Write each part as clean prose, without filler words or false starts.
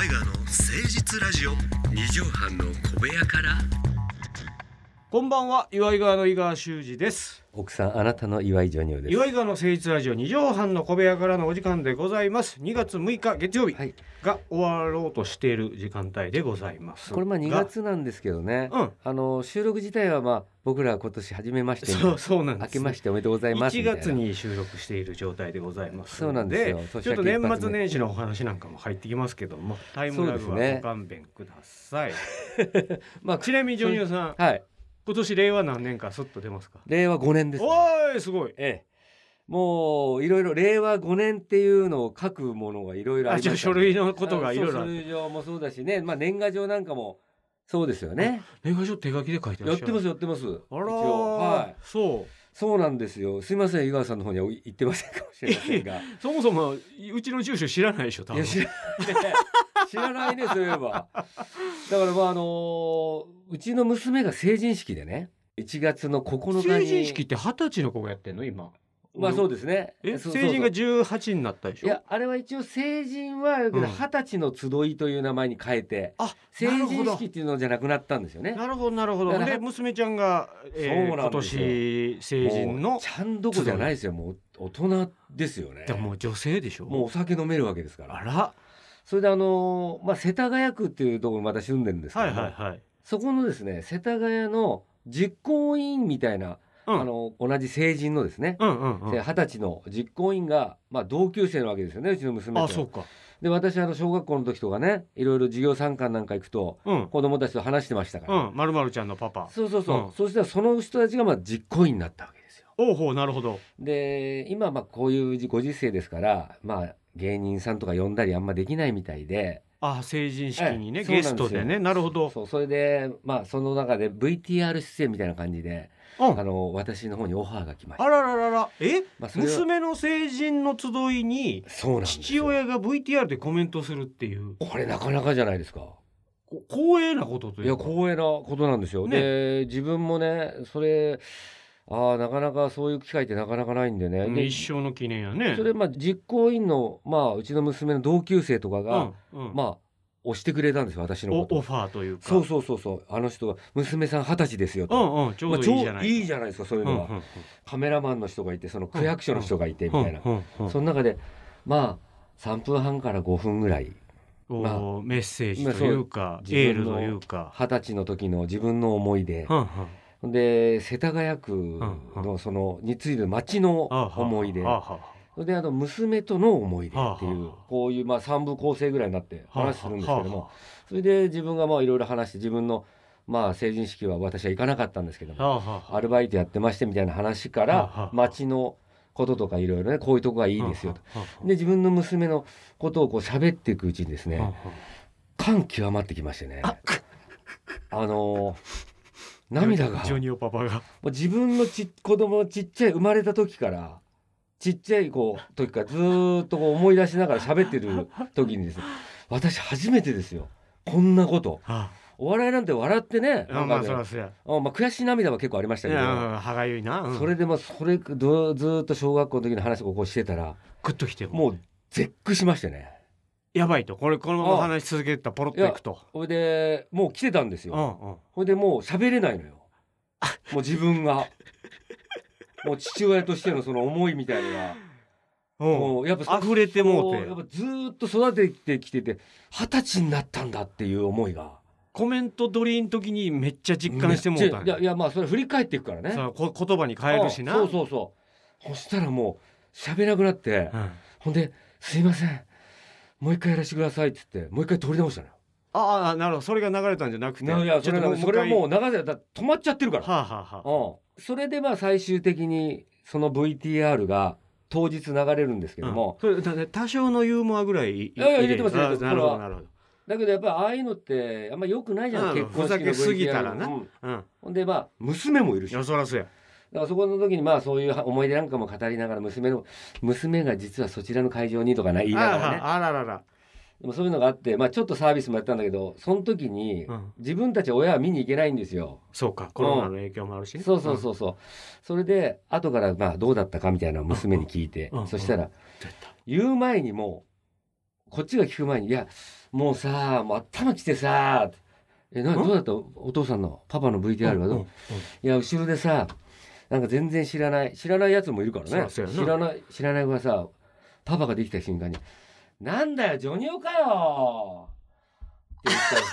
岩井川の誠実ラジオ。 二畳半の小部屋から。 こんばんは、岩井川の井川修司です。 奥さん、あなたの岩井ジョニオです。 岩井川の誠実ラジオ二畳半の小部屋からのお時間でございます。2月6日月曜日が終わろうとしている時間帯でございます。 これ2月なんですけどね、収録自体は僕ら今年初めまして、 そうなんです。 明けましておめでとうございます 1月に収録している状態でございます。 そうなんですよ。 ちょっと年末年始のお話なんかも入ってきますけども、タイムラグはご勘弁ください。ちなみにジョニオさん、今年令和何年かスッと出ますか？ 令和5年です、ね。 おーい、すごい。 もういろいろ令和5年っていうのを書くものがいろいろあります、 書類のことがいろいろある。 書類上もそうだしね、年賀状なんかもそうですよね。 年賀状手書きで書いてらっしゃる。 やってます。 あら、 そうなんですよ。すいません、井川さんの方には言ってませんかもしれませんがそもそもうちの住所知らないでしょ、多分。 知らないね、そういえば。だからうちの娘が成人式でね、1月の9日に。 成人式って20歳の子がやってんの今？ そうですね。 成人が18になったでしょ？ いや、あれは一応成人は20歳の集いという名前に変えて、成人式っていうのじゃなくなったんですよね。 なるほど。で娘ちゃんが、今年成人のちゃんどこじゃないですよ。もう大人ですよね。 でももう女性でしょ？ もうお酒飲めるわけですから。 あら。 それで世田谷区っていうところにまた住んでるんですけど、そこのですね、世田谷の実行委員みたいな、同じ成人のですね、20歳の実行委員が、同級生なわけですよね、うちの娘と。 そうか。 で、私小学校の時とかね、いろいろ授業参観なんか行くと、子供たちと話してましたから、 まるまるちゃんのパパ。 そう、そしたらその人たちが実行委員になったわけですよ。 なるほど。 で、今こういうご時世ですから、芸人さんとか呼んだりあんまできないみたいで。 成人式にね、ゲストでね。なるほど。 それでその中で VTR 出演みたいな感じで、私の方にオファーが来ました。 あら、娘の成人の集いに父親が VTR でコメントするっていう。 これなかなかじゃないですか。 光栄なことというか。 いや、光栄なことなんですよ。で、自分もね、それなかなかそういう機会ってなかなかないんでね。 一生の記念やね。 それ実行委員のうちの娘の同級生とかが押してくれたんですよ、私のこと。 オファーというか。 そう、あの人が娘さん20歳ですよと。 ちょうどいいじゃない。 いいじゃないですか、そういうのは。カメラマンの人がいて、その区役所の人がいてみたいな。その中で3分半から5分ぐらいメッセージというかエールというか、 20歳の時の自分の思い出で、世田谷区のそのについて町の思い出で、娘との思い出っていう、こういう3部構成ぐらいになって話するんですけども、それで自分がいろいろ話して、自分の成人式は私は行かなかったんですけども、アルバイトやってましてみたいな話から町のこととかいろいろね、こういうとこがいいですよと。で、自分の娘のことを喋っていくうちにですね、感極まってきましてね、涙が、 ジョニオパパが自分の子供ちっちゃい生まれた時からちっちゃい時からずっと思い出しながら喋ってる時にですね、私初めてですよ、こんなこと。お笑いなんて笑ってね、悔しい涙は結構ありましたけど、 歯がゆいな。 それでそれずっと小学校の時の話をしてたらグッときて、 もう絶句しましてね、 やばいと、このまま話し続けたらポロッといくと。 それでもう来てたんですよ。それでもう喋れないのよ、もう自分がもう父親としてのその思いみたいなもうやっぱ溢れてもうて、 やっぱずっと育ててきてて20歳になったんだっていう思いがコメント取りの時にめっちゃ実感してもうたんや。 いやそれ振り返っていくからね、 言葉に変えるしな。 そしたらもう喋れなくなって、ほんですいません、もう一回やらせてくださいって言って、もう一回取り直したのよ。 なるほど、それが流れたんじゃなくて、 それはもう流れた止まっちゃってるから。それで最終的にその VTR が当日流れるんですけども、 それ多少のユーモアぐらい入れてます。 なるほど。 だけどやっぱりああいうのってあんま良くないじゃん、結婚式の VTR。 ふざけすぎたらな。 ほんで娘もいるし。 そらそうや。 だからそこの時にそういう思い出なんかも語りながら、娘が実はそちらの会場にとか言いながらね。 あら。 でもそういうのがあって、ちょっとサービスもやったんだけど、その時に自分たち親は見に行けないんですよ。 そうか、コロナの影響もあるしね。 そう。それで後からどうだったかみたいなのを娘に聞いて、そしたら言う前にもこっちが聞く前にいやもうさもう頭きてさどうだったお父さんのパパの VTR はどう、いや後ろでさなんか全然知らないやつもいるからね。知らない子がさパパができた瞬間になんだよジョニオかよって言ったら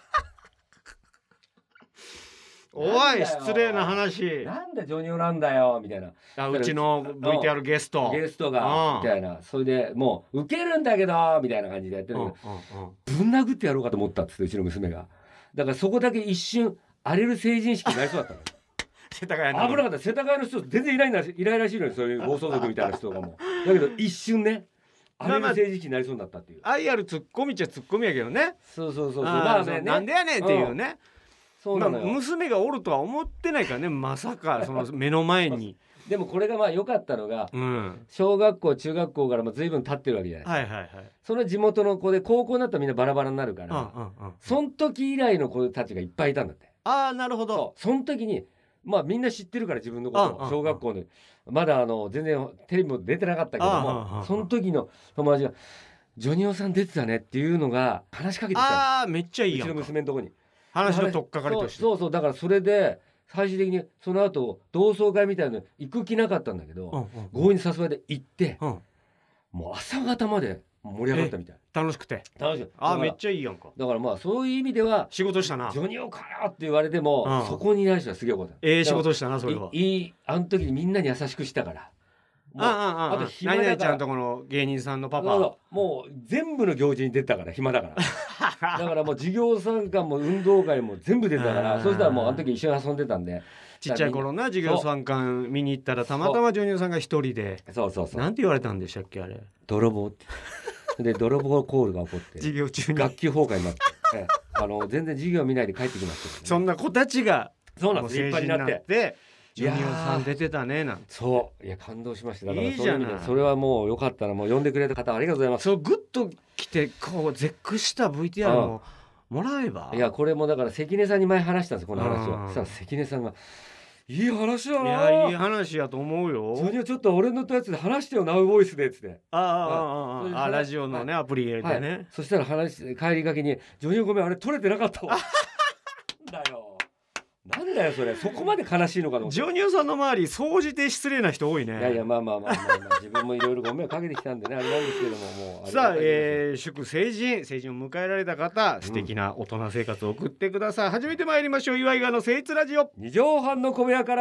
おい失礼な話なんでジョニオなんだよみたいなうちの VTR ゲストがみたいなそれでもうウケるんだけどみたいな感じでやってるけどぶん殴ってやろうかと思ったっつってうちの娘がだからそこだけ一瞬荒れる成人式になりそうだったの世田谷危なかった世田谷の人全然いないらしいのにそういう暴走族みたいな人がもうだけど一瞬ね荒れる成人式になりそうになったっていう愛あるツッコミっちゃツッコミやけどねそうまあねなんでやねんっていうねそうなのよ、 娘がおるとは思ってないからねまさかその目の前にでもこれがまあ良かったのが、小学校中学校からも随分経ってるわけじゃないですか、その地元の子で高校になったらみんなバラバラになるから、その時以来の子たちがいっぱいいたんだって。 なるほど。 その時にまあみんな知ってるから自分のことを小学校でまだ全然テレビも出てなかったけどもその時の友達がジョニオさん出てたねっていうのが話しかけてきためっちゃいいやんか。 うちの娘のとこに話の取っかかりとしてそうだからそれで最終的にその後同窓会みたいなの行く気なかったんだけど、強引に誘われて行って、もう朝方まで盛り上がったみたい。 楽しくてめっちゃいいやんか。 だからまあそういう意味では仕事したな。 ジョニオかよって言われても、そこにいない人はすげえことだ。 仕事したなそれは。 あの時にみんなに優しくしたから。 あと暇だから。何々ちゃんとこの芸人さんのパパ。 もう全部の行事に出たから暇だから。だからもう授業参観も運動会も全部出たからそしたらもうあの時一緒に遊んでたんでちっちゃい頃な授業参観見に行ったらたまたまジョニオさんが一人でそうなんて言われたんでしたっけあれ泥棒ってで泥棒コールが起こって授業中に学級崩壊になって全然授業見ないで帰ってきました、 ね、そんな子たちがそうなんです立派になってジョニオさん出てたねなんてそういや感動しました。だからいいじゃないそれはもうよかったらもう呼んでくれた方ありがとうございます。 そうグッと来てこう絶句した VTR ももらえばいやこれもだから関根さんに前話したんですこの話を。そしたら関根さんがいい話だな。 いやいい話やと思うよ。 それをちょっと俺のやつで話してよナウボイスでっつってラジオのねアプリ入れてね、 そしたら帰りがけにジョニオごめんあれ撮れてなかったわだよなんだよそれそこまで悲しいのかと思って。 ジョニオさんの周り総じて失礼な人多いね。 いやまあ自分もいろいろご迷惑かけてきたんでねあれなんですけどもうさあ、祝成人を迎えられた方、素敵な大人生活を送ってください。始めてまいりましょう。岩井川の誠実ラジオ 2畳半の小部屋から。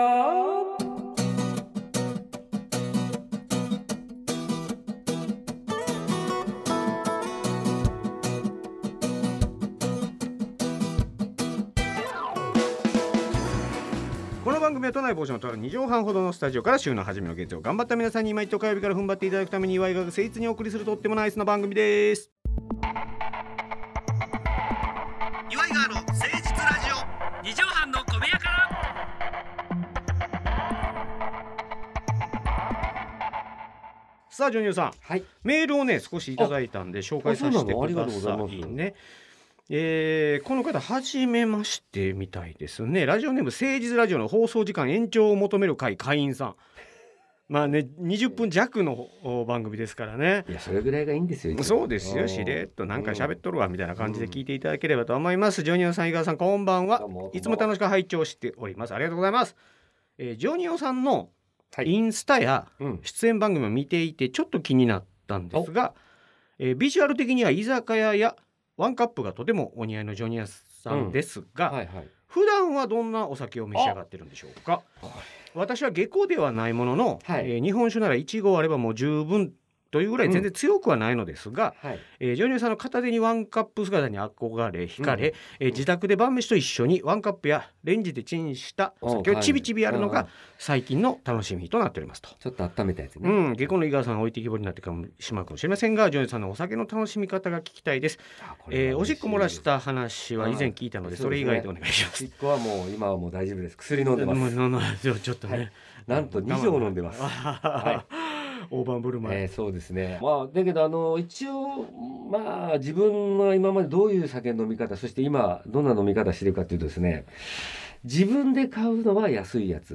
都内某所のとある2畳半ほどのスタジオから週の初めの月曜頑張った皆さんに今一度火曜日から踏ん張っていただくために岩井が誠実にお送りするとってもナイスな番組です。 岩井川の誠実ラジオ 2畳半の小部屋から。 さあジョニオさん、メールをね少しいただいたんで紹介させてくださいね。この方初めましてみたいですね。ラジオネーム誠実ラジオの放送時間延長を求める会員さん。まあね20分弱の番組ですからね。 いやそれぐらいがいいんですよ。 そうですよ。しれっとなんか喋っとるわみたいな感じで聞いていただければと思います。ジョニオさん井川さんこんばんは。いつも楽しく拝聴しております。ありがとうございます。ジョニオさんのインスタや出演番組を見ていてちょっと気になったんですが、ビジュアル的には居酒屋やワンカップがとてもお似合いのジョニオさんですが、普段はどんなお酒を召し上がってるんでしょうか。私は下戸ではないものの、日本酒なら1合あればもう十分というぐらい全然強くはないのですが、ジョニオさんの片手にワンカップ姿に憧れ惹かれ、自宅で晩飯と一緒にワンカップやレンジでチンしたお酒をちびちびやるのが最近の楽しみとなっておりますと。 ちょっと温めたやつね。 下戸の井川さん置いてきぼりになってしまうかもしれませんがジョニオさんのお酒の楽しみ方が聞きたいです。おしっこ漏らした話は以前聞いたのでそれ以外でお願いします。 おしっこはもう今はもう大丈夫です。薬飲んでます。 ちょっとね、 なんと2錠飲んでます。 大盤振る舞い。 そうですね。だけど一応自分は今までどういう酒の飲み方そして今どんな飲み方してるかというとですね、自分で買うのは安いやつ、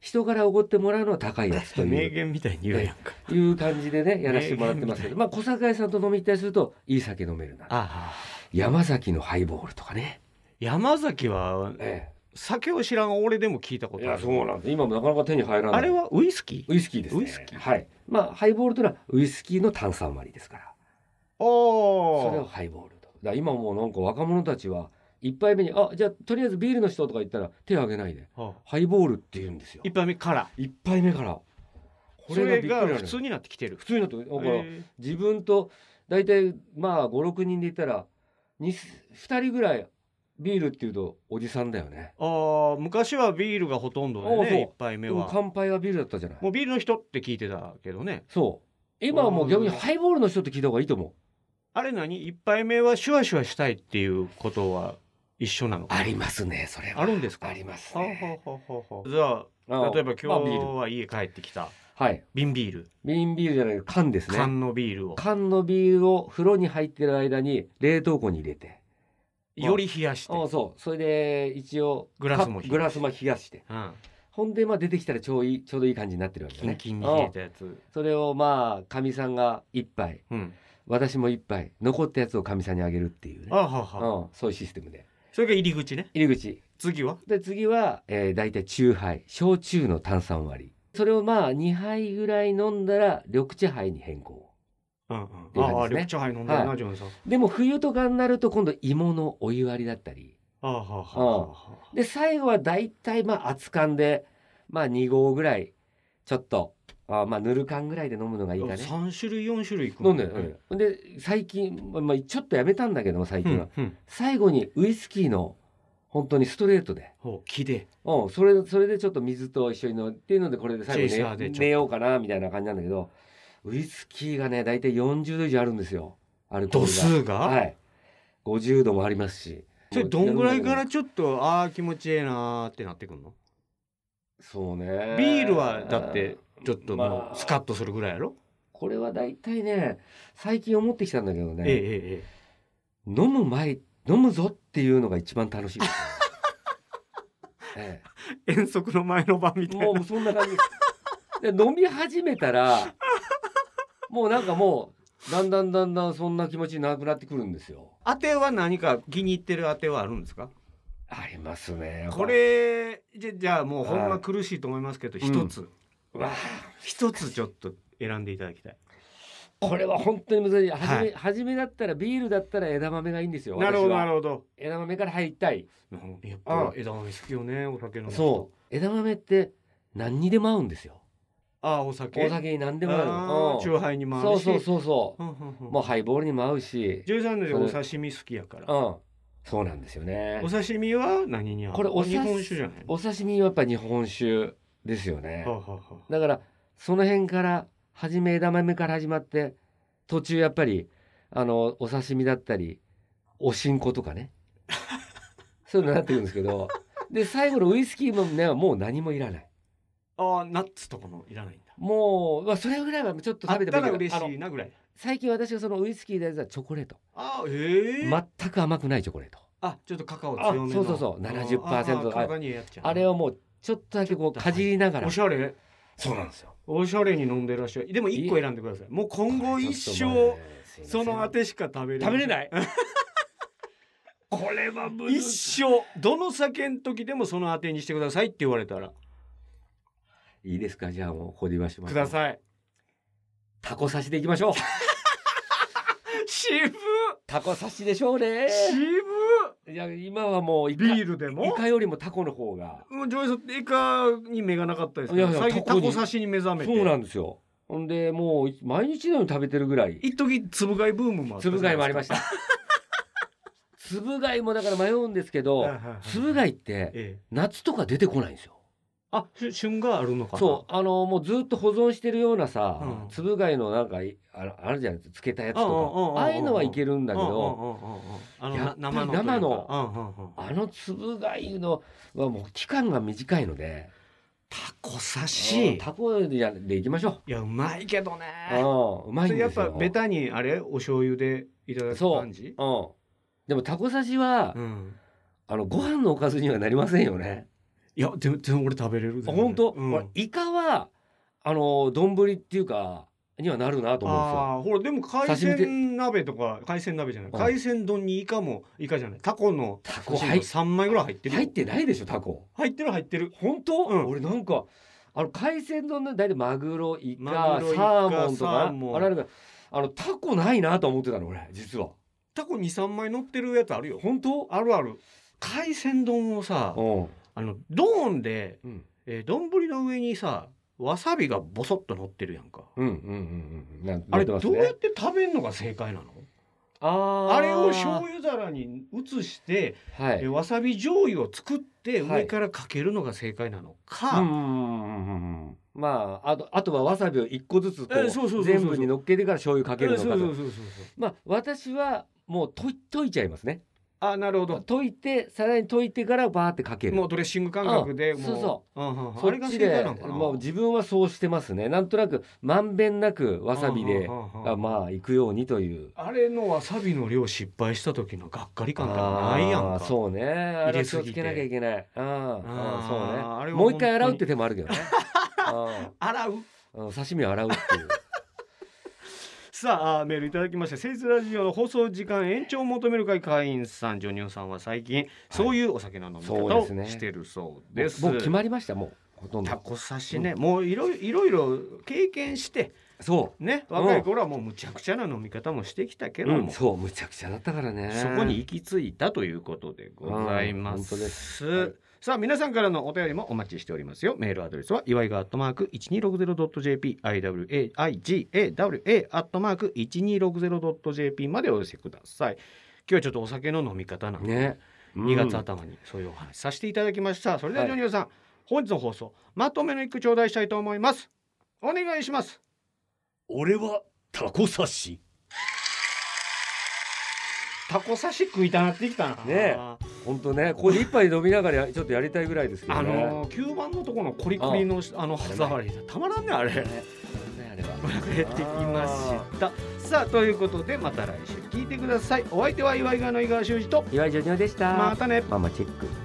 人からおごってもらうのは高いやつという名言みたいに言うやんかいう感じでねやらせてもらってますけど、まあ小堺さんと飲み行ったりするといい酒飲めるな。山崎のハイボールとかね。 山崎は、酒を知らん俺でも聞いたことある。 いやそうなんです。今もなかなか手に入らない。 あれはウイスキー？ ウイスキーですね。ウイスキー。はい。まあハイボールというのはウイスキーの炭酸割りですから。それをハイボールと。だから今もうなんか若者たちは一杯目にじゃあとりあえずビールの人とか言ったら手を挙げないで、ハイボールって言うんですよ。 一杯目から。 これが普通になってきてる。 普通になってだから自分と大体まあ 5,6 人で言ったら 2人ぐらいビールっていうとおじさんだよね。 昔はビールがほとんどでね。一杯目は乾杯はビールだったじゃない。 もうビールの人って聞いてたけどね。 そう今はもう逆にハイボールの人って聞いた方がいいと思う。 あれ何？一杯目はシュワシュワしたいっていうことは一緒なの？ ありますね。それはあるんですか？ ありますね。 じゃあ例えば今日は家帰ってきた、瓶ビールじゃない缶ですね。 缶のビールを風呂に入ってる間に冷凍庫に入れてより冷やして、 それで一応グラスも冷やして、ほんで出てきたらちょうどいい感じになってるわけね。 キンキンに冷えたやつ。 それをかみさんが1杯、私も1杯残ったやつをかみさんにあげるっていうね。そういうシステムで。 それが入り口ね。次はだいたいチューハイ、焼酎の炭酸割り。それを2杯ぐらい飲んだら緑茶杯に変更。 緑茶杯飲んだよな、ジョンさん。 でも冬とかになると今度芋のお湯割りだったり。で最後はだいたい熱燗で2合ぐらいちょっとぬる燗ぐらいで飲むのがいいかね。 3種類4種類いく飲んで、で最近、ちょっとやめたんだけども最近は、最後にウイスキーの本当にストレートで木で、 それでちょっと水と一緒に飲むっていうのでこれで最後寝ようかなみたいな感じなんだけど、ウイスキーがねだいたい40度以上あるんですよ。 度数が 50度もありますし。 それどんぐらいからちょっと気持ちええなってなってくるの？ そうね。 ビールはだってちょっともうスカッとするぐらいやろ。 これはだいたいね最近思ってきたんだけどね、飲むぞっていうのが一番楽しいです遠足の前の晩みたいな。 もうそんな感じで飲み始めたらもうだんだんそんな気持ちなくなってくるんですよ。 あては何か気に入ってるあてはあるんですか？ ありますね。 これじゃあもうほんま苦しいと思いますけど一つちょっと選んでいただきたい。 これは本当に難しい。初めだったらビールだったら枝豆がいいんですよ。 なるほど。 枝豆から入りたい。 やっぱ枝豆好きよね、お酒の。 そう枝豆って何にでも合うんですよ。 お酒に何でも合う。 チューハイにも合うし。 そうもうハイボールにも合うし。 ジョイさんのお刺身好きやから。 そうなんですよね。 お刺身は何に合う？これ日本酒じゃない？ お刺身はやっぱ日本酒ですよね。だからその辺から枝豆から始まって途中やっぱりお刺身だったりおしんことかねそういうのになってくるんですけどで最後のウイスキーもねもう何もいらない。 ナッツとかもいらないんだ。 もう、それぐらいはちょっと食べてもいいから嬉しいなぐらい。 最近私がそのウイスキーでやつはチョコレート。全く甘くないチョコレート。 ちょっとカカオ強めの。 そう 70%。あれをもうちょっとだけかじりながら。 おしゃれ。 そうなんですよ。 おしゃれに飲んでらっしゃる。でも1個選んでください。もう今後一生そのあてしか食べれない。これは一生どの酒の時でもそのあてにしてくださいって言われたら。 いいですか？じゃあもうここで言わせてもらください。 タコ刺しでいきましょう。 渋。 タコ刺しでしょうね。 渋。 いや今はもうビールでもイカよりもタコの方が。 もうジョイさんイカに目がなかったですけど、最近タコ刺しに目覚めて。 そうなんですよ。ほんでもう毎日のように食べてるぐらい。 一時つぶ貝ブームもあった。 つぶ貝もありました。つぶ貝もだから迷うんですけど、つぶ貝って夏とか出てこないんですよ。 旬があるのかな。 そうもうずっと保存してるようなさ、つぶ貝のなんかあるじゃないですか、漬けたやつとか、ああいうのはいけるんだけど、生のつぶ貝のはもう期間が短いので、 タコ刺しタコでいきましょう。 いやうまいけどね。 うまいんですよ。 やっぱベタにお醤油でいただく感じ。 でもタコ刺しはご飯のおかずにはなりませんよね。 いや全然俺食べれる。 本当、イカは丼っていうかにはなるなと思うんですよ。 ほらでも海鮮鍋とか海鮮鍋じゃない、海鮮丼にイカじゃない、タコ3枚ぐらい入ってる。 入ってないでしょタコ。 入ってる。 本当？俺なんか海鮮丼の大体マグロ、イカ、サーモンとかあれがタコないなと思ってたの俺実は。 タコ 2,3 枚乗ってるやつあるよ。 本当？ ある。海鮮丼をさ、ドーンで丼の上にさわさびがボソッと乗ってるやんか。あれどうやって食べるのが正解なの？あれを醤油皿に移して、わさび醤油を作って上からかけるのが正解なのか、 まああとはわさびを1個ずつこう全部に乗っけてから醤油かけるのかと。まあ私はもう溶いちゃいますね。 なるほど。 溶いてさらに溶いてからバーってかける。 もうドレッシング感覚でそっちでもう自分はそうしてますね。なんとなくまんべんなくわさびでまあいくようにという。 あれのわさびの量失敗した時のがっかり感がないやんか。 そうね。あれ気をつけなきゃいけない。そうね。もう一回洗うって手もあるけどね。 洗う。 刺身を洗うっていう。 さあメールいただきました。誠実ラジオの放送時間延長を求める会会員さん、ジョニオさんは最近そういうお酒の飲み方をしてるそうです。 もう決まりました。もうほとんどタコ刺しね、もういろいろ経験してそうね、若い頃はもうむちゃくちゃな飲み方もしてきたけども、 そうむちゃくちゃだったからね。 そこに行き着いたということでございます。 本当です。 さあ皆さんからのお便りもお待ちしておりますよ。メールアドレスは祝いが@1260.jp iwaiga@1260.jp までお寄せください。今日はちょっとお酒の飲み方なんで、ね、2月頭にそういうお話させていただきました。それではジョニオさん、本日の放送まとめの一句頂戴したいと思います。お願いします。 俺はタコ刺し。 タコ刺し食いたなってきたな。 ね、本当ね、ここで一杯飲みながらちょっとやりたいぐらいですけどね。 吸盤のところのコリコリの歯触りたまらんねあれ。やってきました。さあということでまた来週聞いてください。お相手は岩井川の井川修司と岩井ジョニオでした。 またね。 ママチェック。